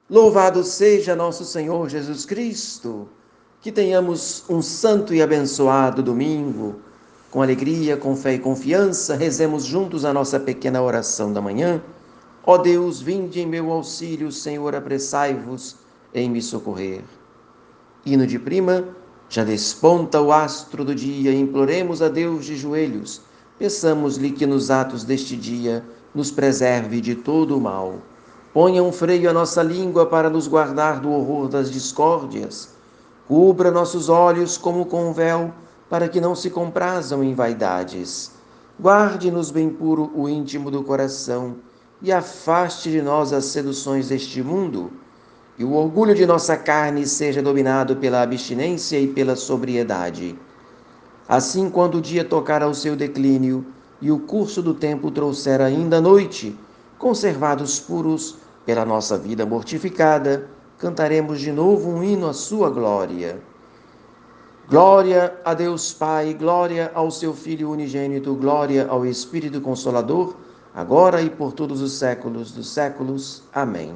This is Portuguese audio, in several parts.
Louvado seja nosso Senhor Jesus Cristo, que tenhamos um santo e abençoado domingo. Com alegria, com fé e confiança, rezemos juntos a nossa pequena oração da manhã. Ó Deus, vinde em meu auxílio, Senhor, apressai-vos em me socorrer. Hino de prima, já desponta o astro do dia, imploremos a Deus de joelhos, peçamos-lhe que nos atos deste dia nos preserve de todo o mal. Ponha um freio à nossa língua para nos guardar do horror das discórdias. Cubra nossos olhos como com um véu, para que não se comprazam em vaidades. Guarde-nos bem puro o íntimo do coração e afaste de nós as seduções deste mundo. E o orgulho de nossa carne seja dominado pela abstinência e pela sobriedade. Assim, quando o dia tocar ao seu declínio e o curso do tempo trouxer ainda a noite, conservados puros pela nossa vida mortificada, cantaremos de novo um hino à sua glória. Glória a Deus Pai, glória ao seu Filho unigênito, glória ao Espírito Consolador, agora e por todos os séculos dos séculos. Amém.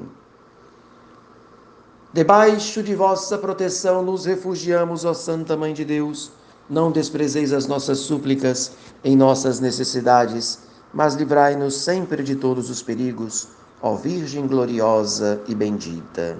Debaixo de vossa proteção nos refugiamos, ó Santa Mãe de Deus. Não desprezeis as nossas súplicas em nossas necessidades, mas livrai-nos sempre de todos os perigos, ó Virgem gloriosa e bendita.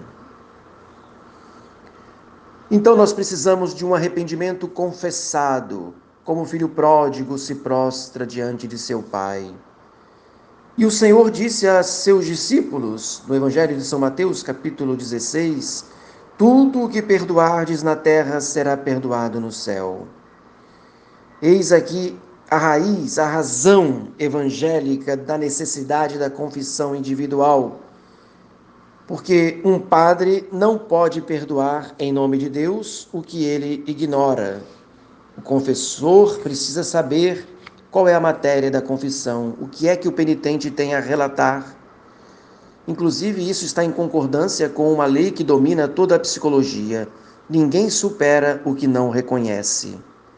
Então nós precisamos de um arrependimento confessado, como o filho pródigo se prostra diante de seu pai. E o Senhor disse a seus discípulos, no Evangelho de São Mateus, capítulo 16, tudo o que perdoardes na terra será perdoado no céu. Eis aqui a raiz, a razão evangélica da necessidade da confissão individual. Porque um padre não pode perdoar em nome de Deus o que ele ignora. O confessor precisa saber qual é a matéria da confissão, o que é que o penitente tem a relatar. Inclusive, isso está em concordância com uma lei que domina toda a psicologia. Ninguém supera o que não reconhece.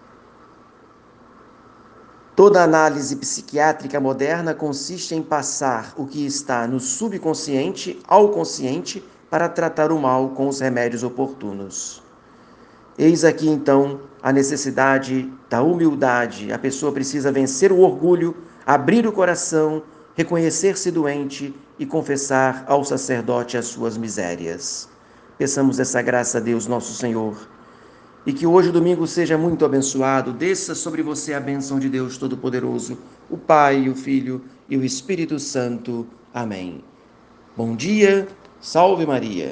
Toda análise psiquiátrica moderna consiste em passar o que está no subconsciente ao consciente para tratar o mal com os remédios oportunos. Eis aqui, então, a necessidade da humildade. A pessoa precisa vencer o orgulho, abrir o coração, reconhecer-se doente e confessar ao sacerdote as suas misérias. Peçamos essa graça a Deus, nosso Senhor, e que hoje o domingo seja muito abençoado. Desça sobre você a bênção de Deus Todo-Poderoso, o Pai, o Filho e o Espírito Santo. Amém. Bom dia, salve Maria.